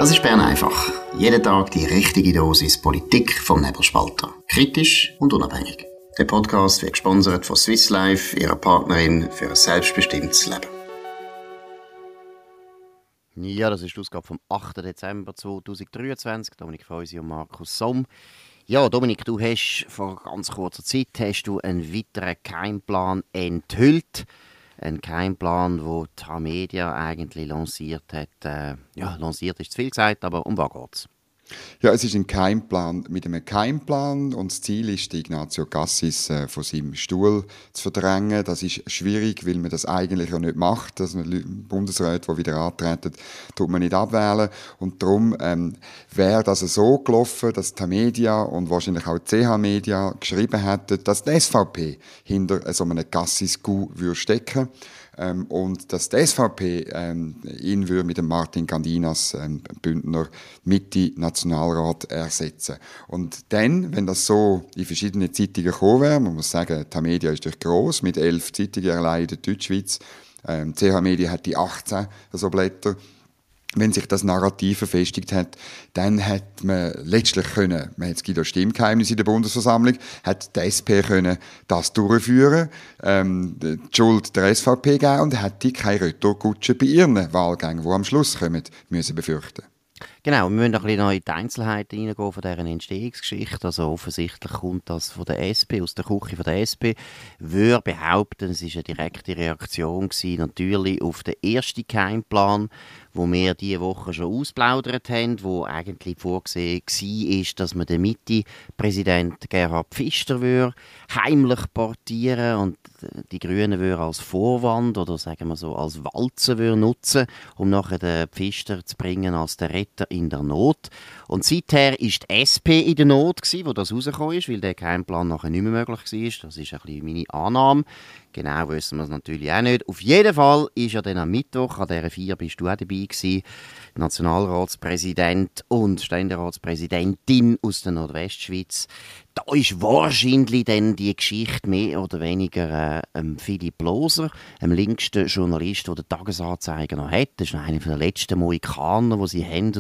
Das ist Bern einfach. Jeden Tag die richtige Dosis Politik vom Nebelspalter. Kritisch und unabhängig. Der Podcast wird gesponsert von Swiss Life, ihrer Partnerin für ein selbstbestimmtes Leben. Ja, das ist die Ausgabe vom 8. Dezember 2023. Dominik Feusi und Markus Somm. Ja, Dominik, du hast vor ganz kurzer Zeit einen weiteren Geheimplan enthüllt. Ein Geheimplan, den die Tamedia eigentlich lanciert hat. Lanciert ist zu viel gesagt, aber um was geht's? Ja, es ist ein Geheimplan mit einem Geheimplan und das Ziel ist, Ignazio Cassis von seinem Stuhl zu verdrängen. Das ist schwierig, weil man das eigentlich ja nicht macht. Dass man Bundesräte, die wieder antreten, tut man nicht abwählen. Und darum wäre das so gelaufen, dass die Tamedia und wahrscheinlich auch die CH-Media geschrieben hätten, dass die SVP hinter so einem Cassis-Coup stecken würde. Und dass die SVP ihn würde mit dem Martin Gandinas, Bündner Mitte-Nationalrat, ersetzen. Und dann, wenn das so in verschiedenen Zeitungen gekommen wäre, man muss sagen, die Tamedia ist durch gross, mit 11 Zeitungen allein in der Deutschschweiz. Die CH-Media hat die 18 so Blätter. Wenn sich das Narrativ verfestigt hat, dann hat man letztlich können, es gibt auch Stimmgeheimnis in der Bundesversammlung, hat die SP können das durchführen, die Schuld der SVP geben und hätte keine Retourkutsche bei ihren Wahlgängen, die am Schluss kommen, müssen befürchten. Genau, wir müssen ein bisschen noch in die Einzelheiten hineingehen von dieser Entstehungsgeschichte. Also offensichtlich kommt das von der SP, aus der Küche von der SP. Wir behaupten, es war eine direkte Reaktion gewesen, natürlich auf den ersten Geheimplan, wo wir diese Woche schon ausplaudert haben, wo eigentlich vorgesehen war, dass man den Mitte-Präsident Gerhard Pfister heimlich portieren und die Grünen als Vorwand oder sagen wir so als Walze nutzen, um nachher den Pfister zu bringen als der Retter in der Not. Und seither ist die SP in der Not gewesen, wo das rausgekommen ist, weil der Geheimplan nachher nicht mehr möglich war. Das ist ein bisschen meine Annahme. Genau wissen wir es natürlich auch nicht. Auf jeden Fall ist ja dann am Mittwoch, an dieser 4 bist du auch dabei gewesen, Nationalratspräsident und Ständeratspräsidentin aus der Nordwestschweiz. Da ist wahrscheinlich dann die Geschichte mehr oder weniger Philipp Loser, dem linksten Journalist, der den Tagesanzeiger noch hat. Das ist einer der letzten Mohikaner, die sie haben.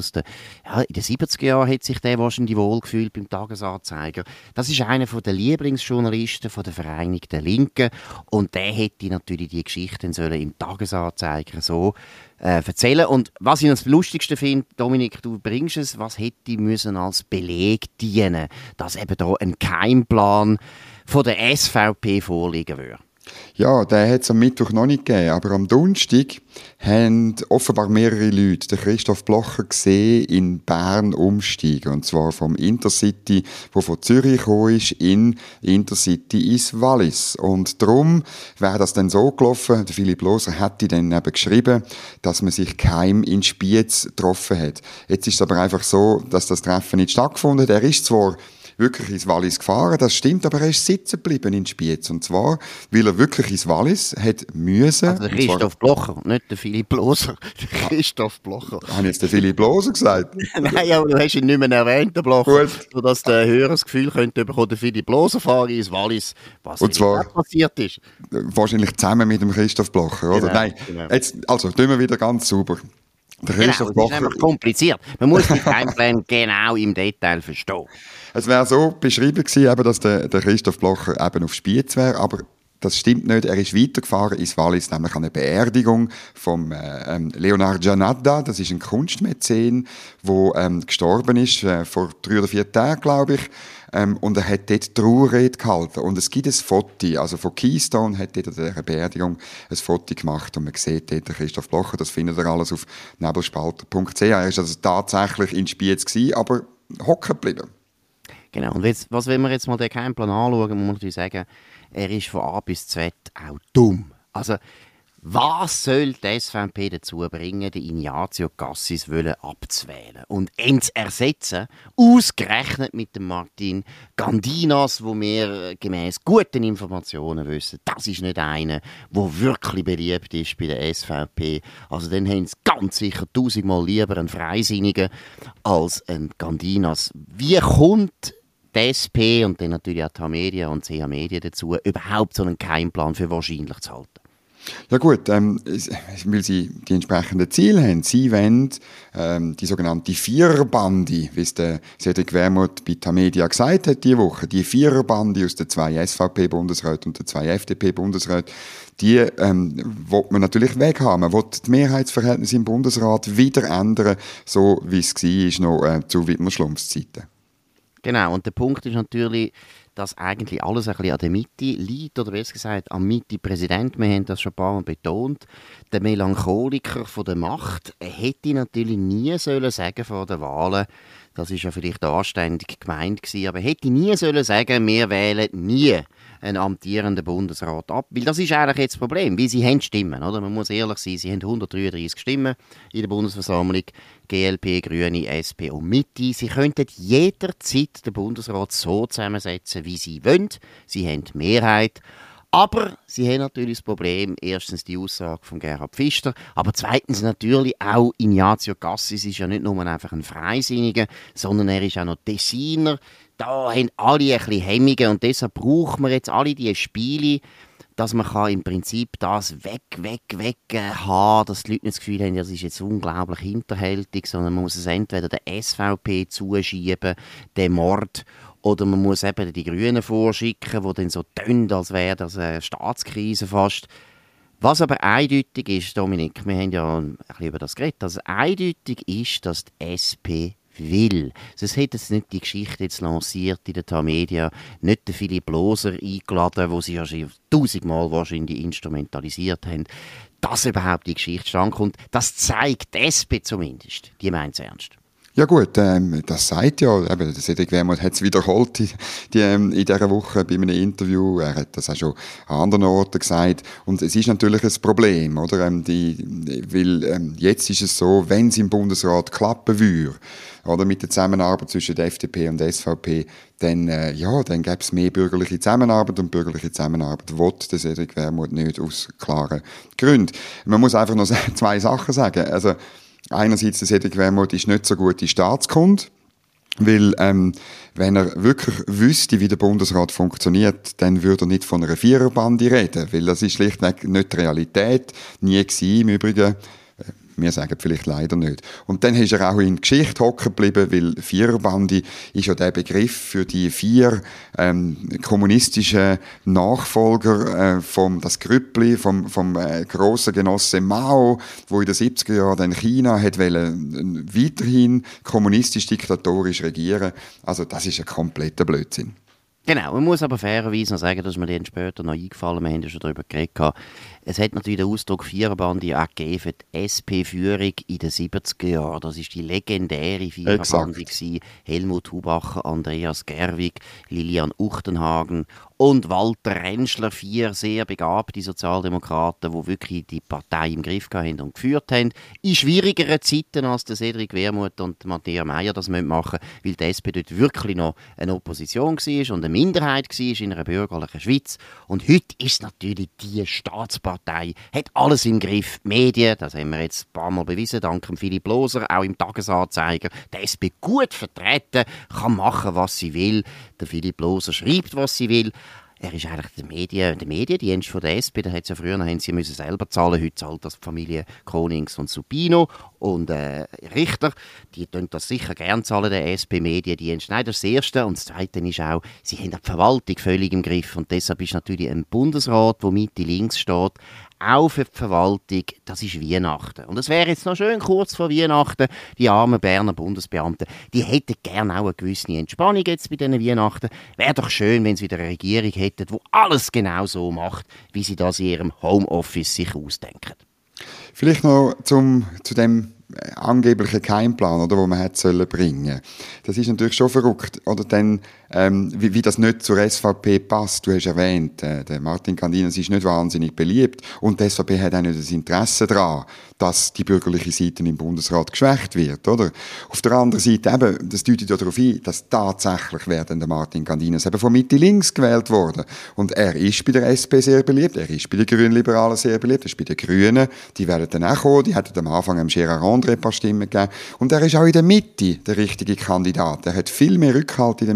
In den 70er Jahren hat sich der wahrscheinlich wohlgefühlt beim Tagesanzeiger. Das ist einer der Lieblingsjournalisten der Vereinigten Linken. Und der hätte natürlich die Geschichte im Tagesanzeiger so erzählen. Und was ich das Lustigste finde, Dominik, du bringst es, was hätte müssen als Beleg dienen, dass eben da ein Geheimplan von der SVP vorliegen würde? Ja, den hat es am Mittwoch noch nicht gegeben, aber am Donnerstag haben offenbar mehrere Leute den Christoph Blocher gesehen in Bern umsteigen. Und zwar vom Intercity, wo von Zürich gekommen ist, in Intercity ins Wallis. Und darum wäre das dann so gelaufen, der Philipp Loser hätte dann eben geschrieben, dass man sich geheim in Spiez getroffen hat. Jetzt ist es aber einfach so, dass das Treffen nicht stattgefunden hat. Er ist zwar wirklich ins Wallis gefahren, das stimmt, aber er ist sitzen geblieben in Spiez. Und zwar, weil er wirklich ins Wallis hat müssen. Also der Christoph Blocher, nicht der Philipp Loser. Der Christoph Blocher. Habe ich jetzt den Philipp Loser gesagt? Nein, aber du hast ihn nicht mehr erwähnt, der Blocher. Gut. Sodass der Hörer das Gefühl könnte bekommen, der Philipp Loser fahre ins Wallis, was und zwar passiert ist. Wahrscheinlich zusammen mit dem Christoph Blocher, oder? Genau, Nein, genau. Jetzt, also, tun wir wieder ganz sauber. Der Christoph Genau, das ist Blocher, einfach kompliziert. Man muss die Geheimpläne genau im Detail verstehen. es wäre so beschrieben gewesen, eben, dass der Christoph Blocher eben auf Spiez wäre, aber das stimmt nicht. Er ist weitergefahren ins Wallis, nämlich an eine Beerdigung vom Leonard Gianadda. Das ist ein Kunstmäzen, der gestorben ist vor 3 oder 4 Tagen, glaube ich. Und er hat dort Trauerrede gehalten. Und es gibt ein Foto, also von Keystone hat dort an dieser Beerdigung ein Foto gemacht. Und man sieht dort den Christoph Blocher, das findet ihr alles auf nebelspalter.ch. Er war also tatsächlich in Spiez gewesen, aber hocken geblieben. Genau, und jetzt, wenn wir jetzt mal den Geheimplan anschauen, muss man natürlich sagen, er ist von A bis Z auch dumm. Also, was soll die SVP dazu bringen, den Ignazio Cassis abzuwählen und ihn zu ersetzen, ausgerechnet mit dem Martin Gandinas, wo wir gemäß guten Informationen wissen, das ist nicht einer, der wirklich beliebt ist bei der SVP. Also dann haben sie ganz sicher 1000-mal lieber einen Freisinnigen als einen Gandinas. Wie kommt die SP und dann natürlich auch die Tamedia und CH Media dazu, überhaupt so einen Geheimplan für wahrscheinlich zu halten? Ja gut, weil sie die entsprechenden Ziele haben. Sie wollen die sogenannte Viererbande, wie es der Cedric Wermuth bei Tamedia gesagt hat diese Woche, die Viererbande aus den 2 SVP-Bundesräten und den 2 FDP-Bundesräten, die will man natürlich weghaben. Man will die Mehrheitsverhältnisse im Bundesrat wieder ändern, so wie es war noch zu Wittmer-Schlumpfs-Zeiten. Genau, und der Punkt ist natürlich, dass eigentlich alles ein bisschen an der Mitte liegt, oder besser gesagt am Mitte-Präsident. Wir haben das schon ein paar Mal betont. Der Melancholiker von der Macht hätte natürlich nie sollen sagen vor den Wahlen, das ist ja vielleicht anständig gemeint gewesen, aber hätte nie sollen sagen, wir wählen nie einen amtierenden Bundesrat ab. Weil das ist eigentlich jetzt das Problem, weil sie haben Stimmen, oder? Man muss ehrlich sein, sie haben 133 Stimmen in der Bundesversammlung, GLP, Grüne, SP und Mitte. Sie könnten jederzeit den Bundesrat so zusammensetzen, wie sie wollen. Sie haben die Mehrheit. Aber sie haben natürlich das Problem, erstens die Aussage von Gerhard Pfister, aber zweitens natürlich auch Ignazio Cassis ist ja nicht nur einfach ein Freisinniger, sondern er ist auch noch Tessiner. Da haben alle ein bisschen Hemmungen und deshalb braucht man jetzt alle diese Spiele, dass man im Prinzip das weg haben, dass die Leute nicht das Gefühl haben, das ist jetzt unglaublich hinterhältig, sondern man muss es entweder der SVP zuschieben, den Mord, oder man muss eben die Grünen vorschicken, die dann so tun, als wäre das eine Staatskrise fast. Was aber eindeutig ist, Dominik, wir haben ja ein bisschen über das geredet, dass eindeutig ist, dass die SP will. Sonst hätte es nicht die Geschichte jetzt lanciert in den Tamedia, nicht den Philipp Loser eingeladen, wo sie ja schon 1000-mal wahrscheinlich instrumentalisiert haben, dass überhaupt die Geschichte standkommt. Das zeigt die SP zumindest. Die meint es ernst. Ja gut, das sagt ja, der Cedric Wermuth hat es wiederholt in dieser Woche bei einem Interview, er hat das auch schon an anderen Orten gesagt und es ist natürlich ein Problem, oder? Weil jetzt ist es so, wenn es im Bundesrat klappen würde, oder mit der Zusammenarbeit zwischen der FDP und der SVP, dann gäbe es mehr bürgerliche Zusammenarbeit und bürgerliche Zusammenarbeit will der Cedric Wermuth nicht aus klaren Gründen. Man muss einfach noch 2 Sachen sagen, also einerseits, der Cedric Wermuth ist nicht so gute Staatskunde, weil wenn er wirklich wüsste, wie der Bundesrat funktioniert, dann würde er nicht von einer Viererbande reden, weil das ist schlichtweg nicht die Realität, nie gewesen im Übrigen. Wir sagen vielleicht leider nicht. Und dann ist er auch in Geschichte hocken geblieben, weil Viererbande ist ja der Begriff für die 4 kommunistischen Nachfolger vom das Grüppli, vom grossen Genosse Mao, wo in den 70er Jahren dann China hat weiterhin kommunistisch-diktatorisch regieren. Also das ist ein kompletter Blödsinn. Genau, man muss aber fairerweise noch sagen, dass mir dann später noch eingefallen, wir haben ja schon darüber geredet, es hat natürlich den Ausdruck Viererbande auch gegeben für die SP-Führung in den 70er Jahren. Das war die legendäre Viererbande gewesen. Helmut Hubacher, Andreas Gerwig, Lilian Uchtenhagen und Walter Rentschler, 4 sehr begabte Sozialdemokraten, die wirklich die Partei im Griff hatten und geführt haben. In schwierigeren Zeiten als der Cedric Wermuth und Matthias Meyer das machen müssen, weil die SP dort wirklich noch eine Opposition war und eine Minderheit war in einer bürgerlichen Schweiz. Und heute ist natürlich die Staatspartei, hat alles im Griff. Die Medien, das haben wir jetzt ein paar Mal bewiesen, dank Philipp Loser, auch im Tagesanzeiger. Die SP gut vertreten, kann machen, was sie will. Der Philipp Loser schreibt, was sie will. Er ist eigentlich der Mediendienst von der SP. Da hat ja früher haben sie müssen selber zahlen. Heute zahlt das die Familie Konings und Supino und Richter. Die tun das sicher gerne zahlen, der SP-Mediendienst. Nein, das ist das Erste. Und das Zweite ist auch, sie haben die Verwaltung völlig im Griff. Und deshalb ist natürlich ein Bundesrat, der Mitte links steht, auch für die Verwaltung, das ist Weihnachten. Und es wäre jetzt noch schön kurz vor Weihnachten, die armen Berner Bundesbeamten, die hätten gerne auch eine gewisse Entspannung jetzt bei diesen Weihnachten. Wäre doch schön, wenn sie wieder eine Regierung hätten, die alles genau so macht, wie sie das in ihrem Homeoffice sich ausdenken. Vielleicht noch zu dem angeblichen Keimplan, oder, wo man hätte bringen sollen. Das ist natürlich schon verrückt. Oder dann, wie das nicht zur SVP passt. Du hast erwähnt, der Martin Candinas ist nicht wahnsinnig beliebt und die SVP hat auch nicht das Interesse daran, dass die bürgerliche Seite im Bundesrat geschwächt wird, oder? Auf der anderen Seite eben, das deutet ja darauf ein, dass tatsächlich der Martin Candinas eben von Mitte links gewählt wurde. Und er ist bei der SP sehr beliebt, er ist bei den Grünliberalen sehr beliebt, er ist bei den Grünen, die werden dann auch kommen, die hätten am Anfang am Gérard André ein paar Stimmen gegeben. Und er ist auch in der Mitte der richtige Kandidat. Er hat viel mehr Rückhalt in der Mitte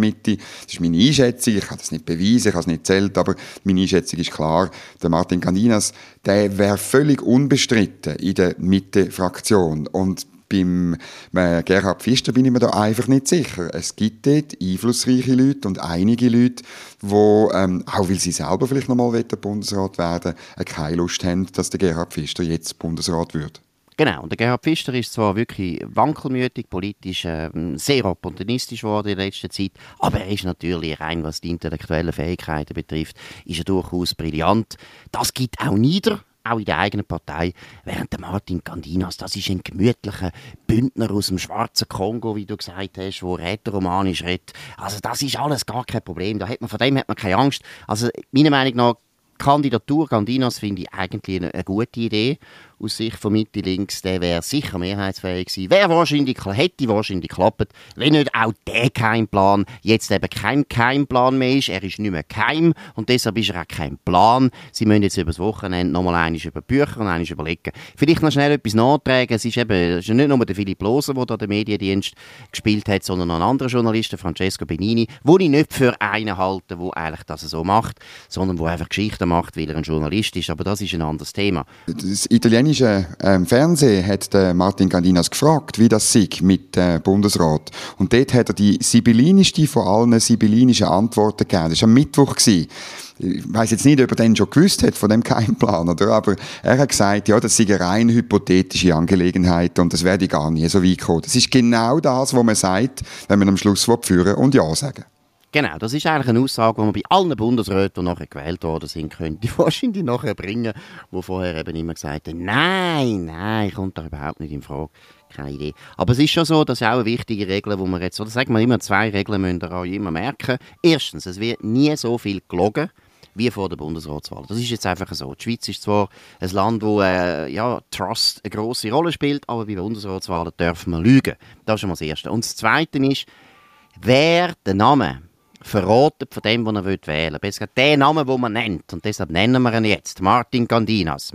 Das ist meine Einschätzung, ich kann das nicht beweisen, ich habe es nicht gezählt, aber meine Einschätzung ist klar, der Martin Candinas, der wäre völlig unbestritten in der Mitte-Fraktion. Und beim Gerhard Pfister bin ich mir da einfach nicht sicher. Es gibt dort einflussreiche Leute und einige Leute, die, auch weil sie selber vielleicht noch mal Bundesrat werden wollen, keine Lust haben, dass der Gerhard Pfister jetzt Bundesrat wird. Genau, und der Gerhard Pfister ist zwar wirklich wankelmütig, politisch sehr opportunistisch geworden in letzter Zeit, aber er ist natürlich, rein was die intellektuellen Fähigkeiten betrifft, ist er durchaus brillant. Das gibt auch nieder, auch in der eigenen Partei, während der Martin Candinas, das ist ein gemütlicher Bündner aus dem schwarzen Kongo, wie du gesagt hast, der rätoromanisch redet. Also das ist alles gar kein Problem, von dem hat man keine Angst. Also meiner Meinung nach, Kandidatur Candinas finde ich eigentlich eine gute Idee. Aus Sicht von Mitte links, der wäre sicher mehrheitsfähig gewesen. Hätte wahrscheinlich geklappt, wenn nicht auch der Keimplan jetzt eben kein Keimplan mehr ist. Er ist nicht mehr Keim und deshalb ist er auch kein Plan. Sie müssen jetzt über das Wochenende noch mal einmal über Bücher und einmal überlegen. Vielleicht noch schnell etwas nachtragen. Es ist nicht nur der Philipp Loser, der da den Mediendienst gespielt hat, sondern noch ein anderer Journalist, Francesco Benini, den ich nicht für einen halte, der eigentlich das so macht, sondern der einfach Geschichten macht, weil er ein Journalist ist. Aber das ist ein anderes Thema. Das italienische Fernsehen hat Martin Candinas gefragt, wie das sei mit dem Bundesrat. Und dort hat er die sibyllinischste von allen sibyllinischen Antworten gegeben. Das war am Mittwoch. Ich weiss jetzt nicht, ob er den schon gewusst hat von dem Keimplan, oder? Aber er hat gesagt, ja, das sei eine rein hypothetische Angelegenheit und das werde gar nie so weit kommen. Das ist genau das, was man sagt, wenn man am Schluss führen und Ja sagen. Genau, das ist eigentlich eine Aussage, die man bei allen Bundesräten, die nachher gewählt worden sind, könnte wahrscheinlich nachher bringen, die vorher eben immer gesagt haben, nein, kommt da überhaupt nicht in Frage. Keine Idee. Aber es ist schon so, das ist auch eine wichtige Regel, wo man jetzt, oder sagen wir immer, 2 Regeln müsst ihr euch immer merken. Erstens, es wird nie so viel gelogen wie vor der Bundesratswahl. Das ist jetzt einfach so. Die Schweiz ist zwar ein Land, wo Trust eine grosse Rolle spielt, aber bei Bundesratswahlen dürfen wir lügen. Das ist schon mal das Erste. Und das Zweite ist, wer den Namen verratet von dem, den er wählen will. Besser gesagt, den Namen, den man nennt. Und deshalb nennen wir ihn jetzt. Martin Candinas,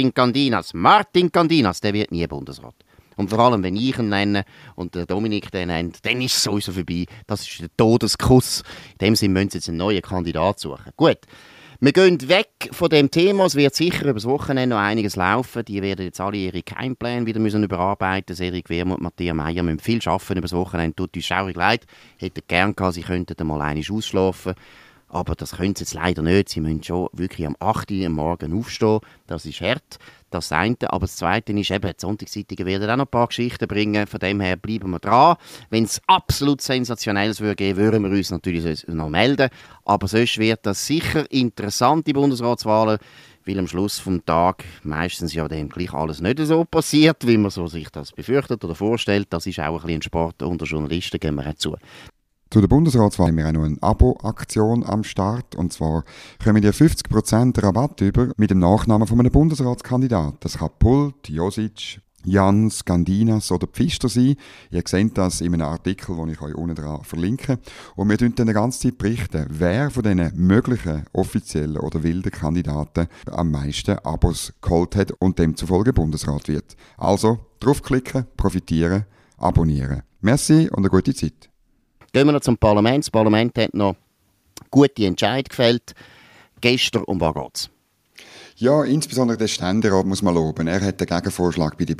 der wird nie Bundesrat. Und vor allem, wenn ich ihn nenne und der Dominik den nennt, dann ist es sowieso vorbei. Das ist der Todeskuss. In dem Sinne müssen Sie jetzt einen neuen Kandidat suchen. Gut. Wir gehen weg von dem Thema. Es wird sicher über das Wochenende noch einiges laufen. Die werden jetzt alle ihre Keimpläne wieder überarbeiten. Cedric Wermuth, Matthias Meyer müssen viel arbeiten über das Wochenende. Tut uns schaurig leid. Hätten gern gehabt, sie könnten mal einmal ausschlafen. Aber das können sie jetzt leider nicht. Sie müssen schon wirklich am 8 Uhr am Morgen aufstehen. Das ist hart. Das eine. Aber das Zweite ist eben, die Sonntagszeitungen werden auch noch ein paar Geschichten bringen. Von dem her bleiben wir dran. Wenn es absolut Sensationelles würde geben, würden wir uns natürlich noch melden. Aber sonst wird das sicher interessante Bundesratswahlen, weil am Schluss des Tages meistens ja dann gleich alles nicht so passiert, wie man so sich das befürchtet oder vorstellt. Das ist auch ein bisschen Sport unter Journalisten, gehen wir auch zu. Zu der Bundesratswahl haben wir auch noch eine Abo-Aktion am Start. Und zwar kommen ihr 50% Rabatt über mit dem Nachnamen von einem Bundesratskandidat. Das kann Pult, Josic, Jans, Candinas oder Pfister sein. Ihr seht das in einem Artikel, den ich euch unten dran verlinke. Und wir berichten dann die ganze Zeit berichten, wer von diesen möglichen offiziellen oder wilden Kandidaten am meisten Abos geholt hat und demzufolge Bundesrat wird. Also draufklicken, profitieren, abonnieren. Merci und eine gute Zeit. Gehen wir noch zum Parlament. Das Parlament hat noch gute Entscheidungen gefällt. Gestern um was geht's? Ja, insbesondere der Ständerat muss man loben. Er hat den Gegenvorschlag bei der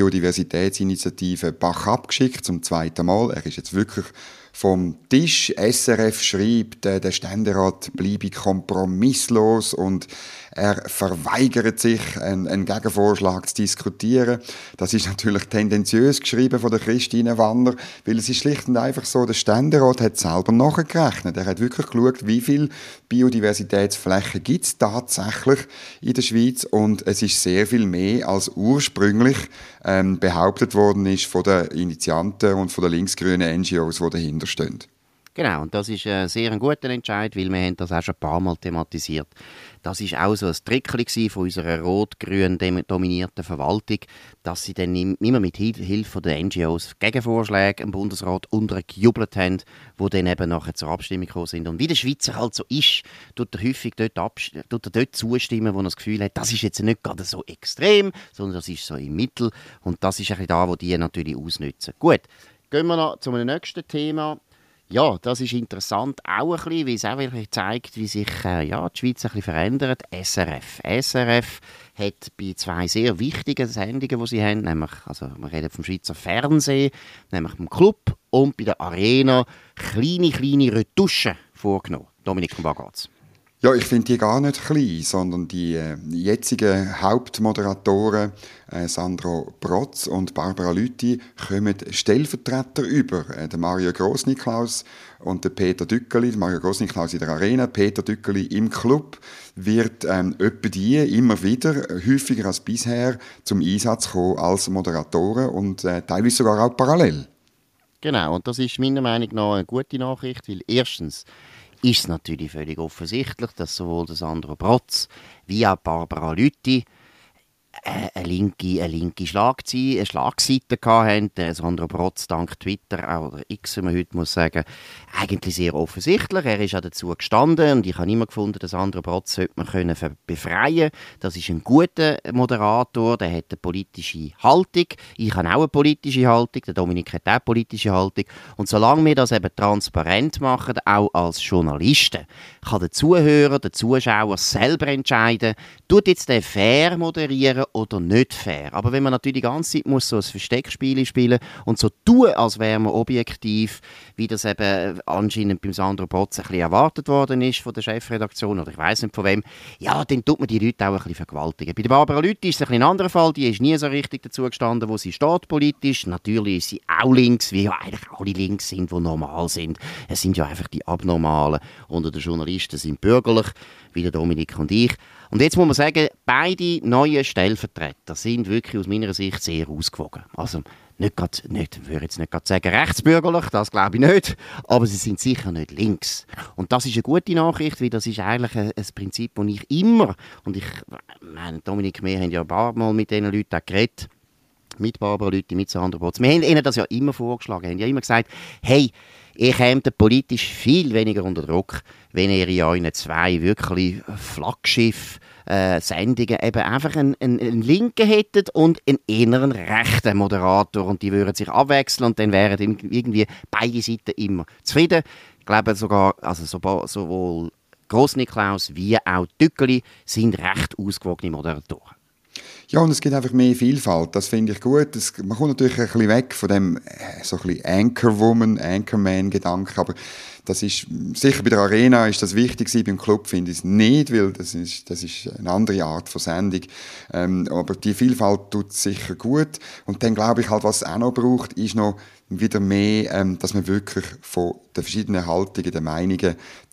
Biodiversitätsinitiative Bach abgeschickt zum 2. Mal. Er ist jetzt wirklich vom Tisch. SRF schreibt, der Ständerat bleibe kompromisslos und er verweigert sich, einen Gegenvorschlag zu diskutieren. Das ist natürlich tendenziös geschrieben von der Christine Wanner, weil es ist schlicht und einfach so, der Ständerat hat selber nachgerechnet. Er hat wirklich geschaut, wie viel Biodiversitätsflächen gibt es tatsächlich in der Schweiz und es ist sehr viel mehr als ursprünglich behauptet worden ist von den Initianten und von den linksgrünen NGOs, die dahinter stehen. Genau, und das ist sehr ein guter Entscheid, weil wir haben das auch schon ein paar Mal thematisiert. Das war auch so ein Trickchen von unserer rot-grün dominierten Verwaltung, dass sie dann immer mit Hilfe der NGOs Gegenvorschläge im Bundesrat untergejubelt haben, die dann eben nachher zur Abstimmung gekommen sind. Und wie der Schweizer halt so ist, tut er häufig dort zustimmen, wo er das Gefühl hat, das ist jetzt nicht gerade so extrem, sondern das ist so im Mittel. Und das ist ein bisschen da, wo die natürlich ausnutzen. Gut, gehen wir noch zu einem nächsten Thema. Ja, das ist interessant, auch ein bisschen, weil es auch wirklich zeigt, wie sich die Schweiz ein bisschen verändert. SRF hat bei 2 sehr wichtigen Sendungen, die sie haben, nämlich, also wir reden vom Schweizer Fernsehen, nämlich vom Club und bei der Arena, kleine Retuschen vorgenommen. Dominik, um was geht's? Ja, ich finde die gar nicht klein, sondern die jetzigen Hauptmoderatoren Sandro Protz und Barbara Lüthi kommen Stellvertreter über. Der Mario Grossniklaus und der Peter Dückeli. Mario Grossniklaus in der Arena, Peter Dückeli im Club, wird immer wieder, häufiger als bisher, zum Einsatz kommen als Moderatoren und teilweise sogar auch parallel. Genau, und das ist meiner Meinung nach eine gute Nachricht, weil erstens ist es natürlich völlig offensichtlich, dass sowohl der Sandro Protz wie auch Barbara Lüthi eine linke Schlagseite hatten. Der Sandro Protz dank Twitter, oder X, wie man heute muss sagen, eigentlich sehr offensichtlich. Er ist auch dazu gestanden und ich habe immer gefunden, den Sandro Protz sollte man befreien. Das ist ein guter Moderator, der hat eine politische Haltung. Ich habe auch eine politische Haltung, der Dominik hat auch eine politische Haltung. Und solange wir das eben transparent machen, auch als Journalisten, kann der Zuhörer, der Zuschauer selber entscheiden, tut jetzt der fair moderieren oder nicht fair. Aber wenn man natürlich die ganze Zeit muss so ein Versteckspiel spielen und so tun, als wäre man objektiv, wie das eben anscheinend beim Sandro Protz ein bisschen erwartet worden ist von der Chefredaktion oder ich weiss nicht von wem, ja, dann tut man die Leute auch ein bisschen vergewaltigen. Bei der Barbara Lüthi ist es ein bisschen ein anderer Fall. Die ist nie so richtig dazu gestanden, wo sie steht politisch. Natürlich ist sie auch links, wie ja eigentlich alle links sind, die normal sind. Es sind ja einfach die Abnormalen unter den Journalisten sind bürgerlich, wie der Dominik und ich. Und jetzt muss man sagen, beide neuen Stellvertreter sind wirklich aus meiner Sicht sehr ausgewogen. Also ich würde jetzt nicht gerade sagen rechtsbürgerlich, das glaube ich nicht, aber sie sind sicher nicht links. Und das ist eine gute Nachricht, weil das ist eigentlich ein Prinzip, das ich immer, und ich meine, Dominik, wir haben ja ein paar Mal mit diesen Leuten auch geredet, mit Barbara Lüthi, mit Sandro Protz. Wir haben ihnen das ja immer vorgeschlagen, haben ja immer gesagt, hey, ihr kämt politisch viel weniger unter Druck, wenn ihr in euren 2 wirklich Flaggschiff-Sendungen eben einfach einen Linken hättet und einen inneren rechten Moderator und die würden sich abwechseln und dann wären irgendwie beide Seiten immer zufrieden. Ich glaube sogar, also sowohl Grossniklaus wie auch Dückeli sind recht ausgewogene Moderatoren. Ja, und es gibt einfach mehr Vielfalt, das finde ich gut. Man kommt natürlich ein bisschen weg von dem so ein bisschen Anchorwoman, Anchorman-Gedanken, aber das ist, sicher bei der Arena ist das wichtig gewesen, beim Club finde ich es nicht, weil das ist eine andere Art von Sendung. Aber die Vielfalt tut sicher gut. Und dann glaube ich halt, was es auch noch braucht, ist noch wieder mehr, dass man wirklich von den verschiedenen Haltungen, den Meinungen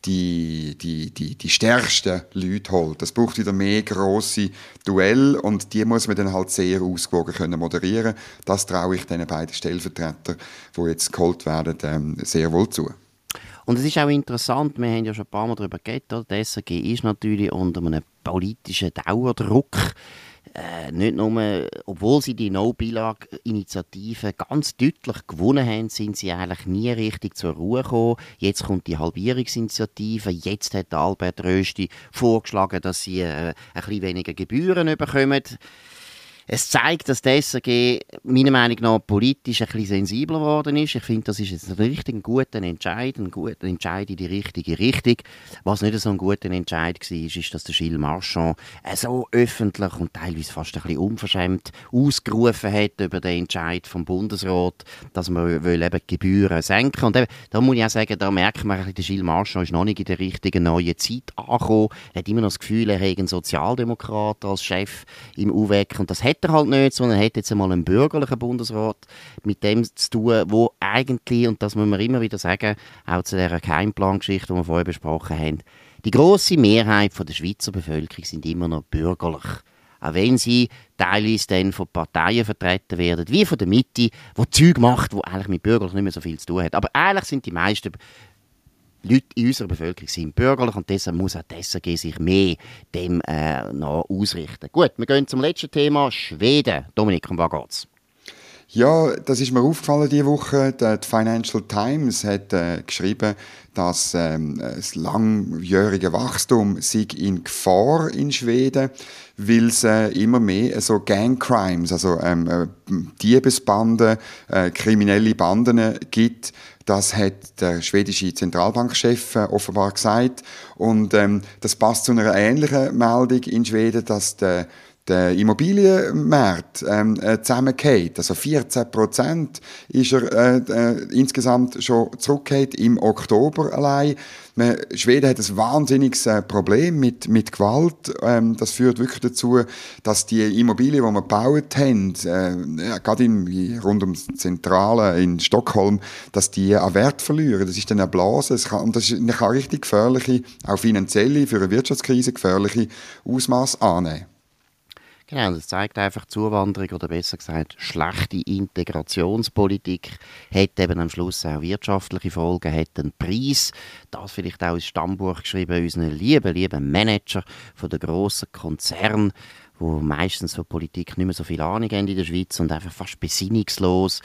die stärksten Leute holt. Das braucht wieder mehr grosse Duelle und die muss man dann halt sehr ausgewogen können moderieren. Das traue ich den beiden Stellvertretern, die jetzt geholt werden, sehr wohl zu. Und es ist auch interessant, wir haben ja schon ein paar Mal darüber geredet, die SRG ist natürlich unter einem politischen Dauerdruck. Nicht nur, obwohl sie die No-Billag-Initiative ganz deutlich gewonnen haben, sind sie eigentlich nie richtig zur Ruhe gekommen. Jetzt kommt die Halbierungsinitiative. Jetzt hat Albert Rösti vorgeschlagen, dass sie ein bisschen weniger Gebühren bekommen. Es zeigt, dass die SRG meiner Meinung nach politisch ein bisschen sensibler geworden ist. Ich finde, das ist jetzt ein richtig guter Entscheid in die richtige Richtung. Was nicht so ein guter Entscheid war, ist, dass der Gilles Marchand so öffentlich und teilweise fast ein bisschen unverschämt ausgerufen hat über den Entscheid vom Bundesrat, dass man eben die Gebühren senken. Und eben, da muss ich auch sagen, da merkt man, der Gilles Marchand ist noch nicht in der richtigen neuen Zeit angekommen. Er hat immer noch das Gefühl, er hätte einen Sozialdemokrat als Chef im UWEC und das hat er halt nicht, sondern er hat jetzt einmal einen bürgerlichen Bundesrat mit dem zu tun, wo eigentlich, und das muss man immer wieder sagen, auch zu dieser Geheimplan-Geschichte, die wir vorher besprochen haben, die grosse Mehrheit der Schweizer Bevölkerung sind immer noch bürgerlich. Auch wenn sie teilweise dann von Parteien vertreten werden, wie von der Mitte, die Zeug macht, die eigentlich mit bürgerlich nicht mehr so viel zu tun hat. Aber eigentlich sind die meisten Leute in unserer Bevölkerung sind bürgerlich und deshalb muss auch die SRG sich mehr dem noch ausrichten. Gut, wir gehen zum letzten Thema, Schweden. Dominik, um was geht's? Ja, das ist mir aufgefallen diese Woche. Die Financial Times hat geschrieben, dass das langjährige Wachstum sei in Gefahr in Schweden, weil es immer mehr so Gang Crimes, also Diebesbanden, kriminelle Banden gibt. Das hat der schwedische Zentralbankchef offenbar gesagt. Und das passt zu einer ähnlichen Meldung in Schweden, dass der Immobilienmarkt zusammengeht. Also 14% ist er insgesamt schon zurückgekehrt im Oktober allein. Schweden hat ein wahnsinniges Problem mit Gewalt. Das führt wirklich dazu, dass die Immobilien, die wir gebaut haben, gerade rund ums Zentrale in Stockholm, dass die an Wert verlieren. Das ist dann eine Blase. Und das kann richtig gefährliche, auch finanzielle, für eine Wirtschaftskrise gefährliche Ausmaße annehmen. Genau, das zeigt einfach Zuwanderung oder besser gesagt schlechte Integrationspolitik hat eben am Schluss auch wirtschaftliche Folgen, hat einen Preis. Das vielleicht auch ins Stammbuch geschrieben, unseren lieben Manager von den grossen Konzernen, die meistens von Politik nicht mehr so viel Ahnung haben in der Schweiz und einfach fast besinnungslos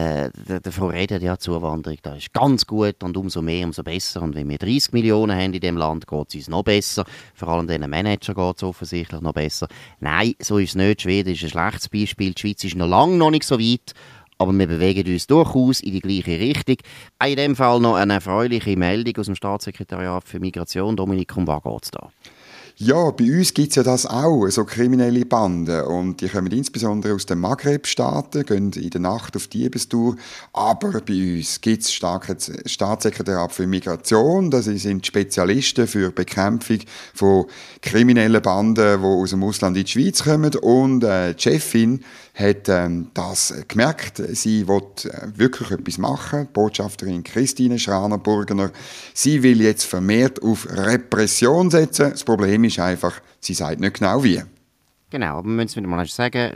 davon reden, ja, Zuwanderung, das ist ganz gut und umso mehr, umso besser. Und wenn wir 30 Millionen haben in diesem Land, geht es uns noch besser. Vor allem den Manager geht es offensichtlich noch besser. Nein, so ist es nicht. Schweden ist ein schlechtes Beispiel. Die Schweiz ist noch lange noch nicht so weit. Aber wir bewegen uns durchaus in die gleiche Richtung. Auch in dem Fall noch eine erfreuliche Meldung aus dem Staatssekretariat für Migration. Dominik, um was geht es da? Ja, bei uns gibt es ja das auch, so kriminelle Banden. Und die kommen insbesondere aus den Maghreb-Staaten, gehen in der Nacht auf Diebestour. Aber bei uns gibt es das Staatssekretariat für Migration. Das sind Spezialisten für die Bekämpfung von kriminellen Banden, die aus dem Ausland in die Schweiz kommen. Und die Chefin hat das gemerkt. Sie will wirklich etwas machen. Die Botschafterin Christine Schraner-Burgener. Sie will jetzt vermehrt auf Repression setzen. Das Problem ist einfach, sie sagt nicht genau wie. Genau, aber wir müssen es wieder mal sagen,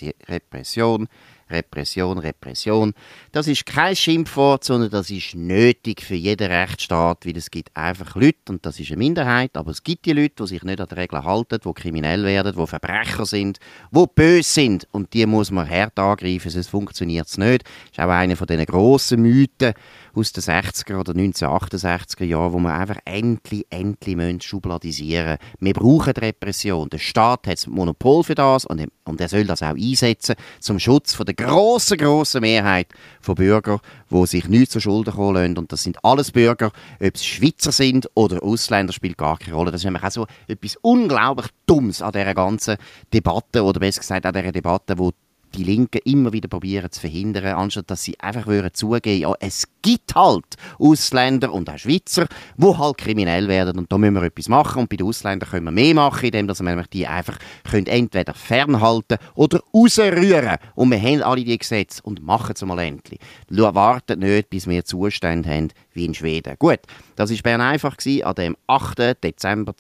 Repression. Das ist kein Schimpfwort, sondern das ist nötig für jeden Rechtsstaat, weil es gibt einfach Leute, und das ist eine Minderheit, aber es gibt die Leute, die sich nicht an die Regeln halten, die kriminell werden, die Verbrecher sind, die böse sind, und die muss man hart angreifen, sonst funktioniert es nicht. Das ist auch einer von diesen grossen Mythen aus den 60er oder 1968er Jahren, wo man einfach endlich schubladisieren müssen. Wir brauchen die Repression. Der Staat hat das Monopol für das und er soll das auch einsetzen zum Schutz von der grossen Mehrheit von Bürgern, die sich nicht zu Schulden kommen lassen. Und das sind alles Bürger, ob es Schweizer sind oder Ausländer, spielt gar keine Rolle. Das ist nämlich auch so etwas unglaublich Dummes an dieser ganzen Debatte, oder besser gesagt an dieser Debatte, wo die Linken immer wieder probieren zu verhindern, anstatt dass sie einfach zugeben, ja, es gibt halt Ausländer und auch Schweizer, die halt kriminell werden, und da müssen wir etwas machen, und bei den Ausländern können wir mehr machen, indem wir nämlich die einfach entweder fernhalten oder rausrühren, und wir haben alle die Gesetze und machen es mal endlich. Wartet nicht, bis wir Zustände haben wie in Schweden. Gut, das war Bern einfach an dem 8. Dezember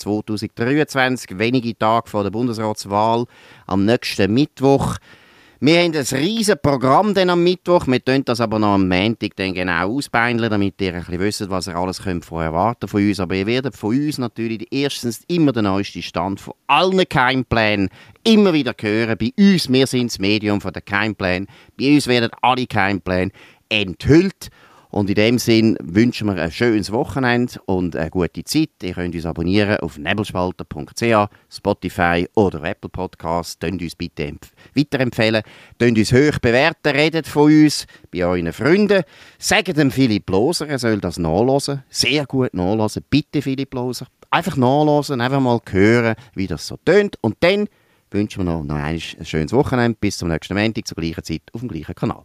2023, wenige Tage vor der Bundesratswahl, am nächsten Mittwoch. Wir haben ein riesiges Programm dann am Mittwoch. Wir tun das aber noch am Montag dann genau ausbeineln, damit ihr ein bisschen wisst, was ihr alles von erwarten von uns. Aber ihr werdet von uns natürlich erstens immer den neuesten Stand von allen Keimplänen immer wieder hören. Bei uns, wir sind das Medium von den Keimplänen. Bei uns werden alle Keimpläne enthüllt. Und in dem Sinn wünschen wir ein schönes Wochenende und eine gute Zeit. Ihr könnt uns abonnieren auf nebelspalter.ch, Spotify oder Apple Podcasts. Könnt uns bitte weiterempfehlen. Könnt uns hoch bewerten, redet von uns bei euren Freunden. Sagt dem Philipp Loser, er soll das nachhören. Sehr gut nachhören. Bitte, Philipp Loser. Einfach nachhören, einfach mal hören, wie das so tönt. Und dann wünschen wir noch ein schönes Wochenende. Bis zum nächsten Montag zur gleichen Zeit auf dem gleichen Kanal.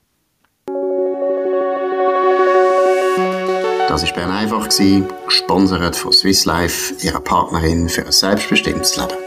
Das war Bern einfach, gesponsert von Swiss Life, ihrer Partnerin für ein selbstbestimmtes Leben.